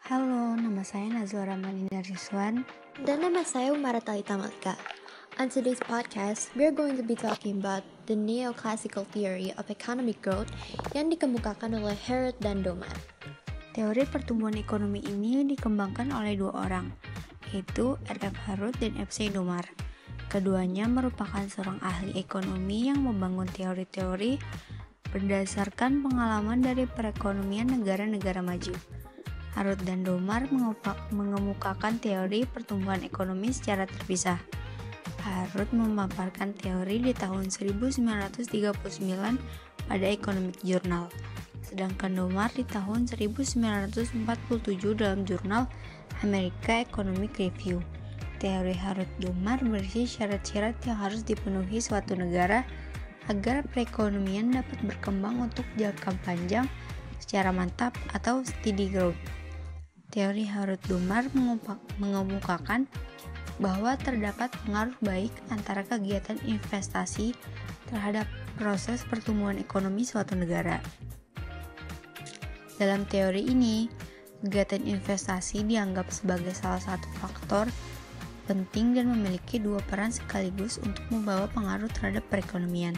Halo, nama saya Nazwa Ramanina Rizwan. Dan nama saya Umara Talita Malika. On today's podcast, we are going to be talking about the neoclassical theory of economic growth yang dikemukakan oleh Harrod dan Domar. Teori pertumbuhan ekonomi ini dikembangkan oleh dua orang, yaitu R.F. Harrod dan F.C. Domar. Keduanya merupakan seorang ahli ekonomi yang membangun teori-teori berdasarkan pengalaman dari perekonomian negara-negara maju. Harrod dan Domar mengemukakan teori pertumbuhan ekonomi secara terpisah. Harrod memaparkan teori di tahun 1939 pada Economic Journal, sedangkan Domar di tahun 1947 dalam jurnal American Economic Review. Teori Harrod-Domar berisi syarat-syarat yang harus dipenuhi suatu negara agar perekonomian dapat berkembang untuk jangka panjang secara mantap atau steady growth. Teori Harrod-Domar mengemukakan bahwa terdapat pengaruh baik antara kegiatan investasi terhadap proses pertumbuhan ekonomi suatu negara. Dalam teori ini, kegiatan investasi dianggap sebagai salah satu faktor penting dan memiliki dua peran sekaligus untuk membawa pengaruh terhadap perekonomian.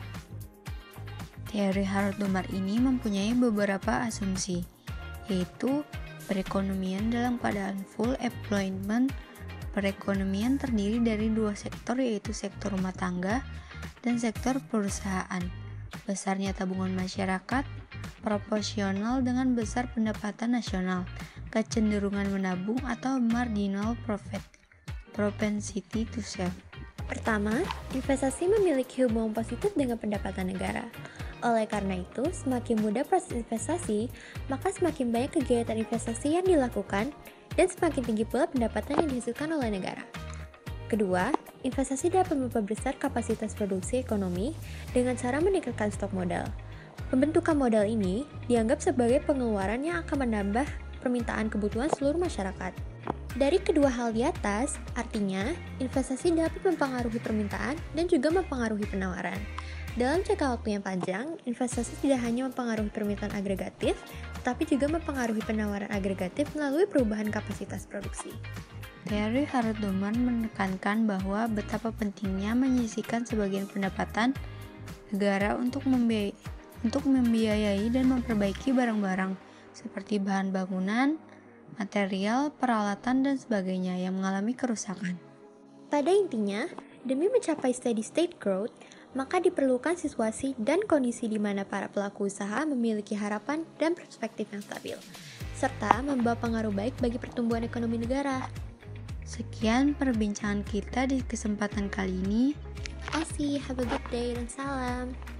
Teori Harrod-Domar ini mempunyai beberapa asumsi, yaitu perekonomian dalam keadaan full employment. Perekonomian terdiri dari dua sektor, yaitu sektor rumah tangga dan sektor perusahaan. Besarnya tabungan masyarakat proporsional dengan besar pendapatan nasional, kecenderungan menabung atau marginal profit, propensity to save. Pertama, investasi memiliki hubungan positif dengan pendapatan negara. Oleh karena itu, semakin mudah proses investasi, maka semakin banyak kegiatan investasi yang dilakukan dan semakin tinggi pula pendapatan yang dihasilkan oleh negara. Kedua, investasi dapat memperbesar kapasitas produksi ekonomi dengan cara meningkatkan stok modal. Pembentukan modal ini dianggap sebagai pengeluaran yang akan menambah permintaan kebutuhan seluruh masyarakat. Dari kedua hal di atas, artinya investasi dapat mempengaruhi permintaan dan juga mempengaruhi penawaran. Dalam jangka waktu yang panjang, investasi tidak hanya mempengaruhi permintaan agregatif, tetapi juga mempengaruhi penawaran agregatif melalui perubahan kapasitas produksi. Teori Harrod-Domar menekankan bahwa betapa pentingnya menyisihkan sebagian pendapatan negara untuk membiayai dan memperbaiki barang-barang seperti bahan bangunan, material, peralatan, dan sebagainya yang mengalami kerusakan. Pada intinya, demi mencapai steady state growth, maka diperlukan situasi dan kondisi di mana para pelaku usaha memiliki harapan dan perspektif yang stabil, serta membawa pengaruh baik bagi pertumbuhan ekonomi negara. Sekian perbincangan kita di kesempatan kali ini. Have a good day dan salam.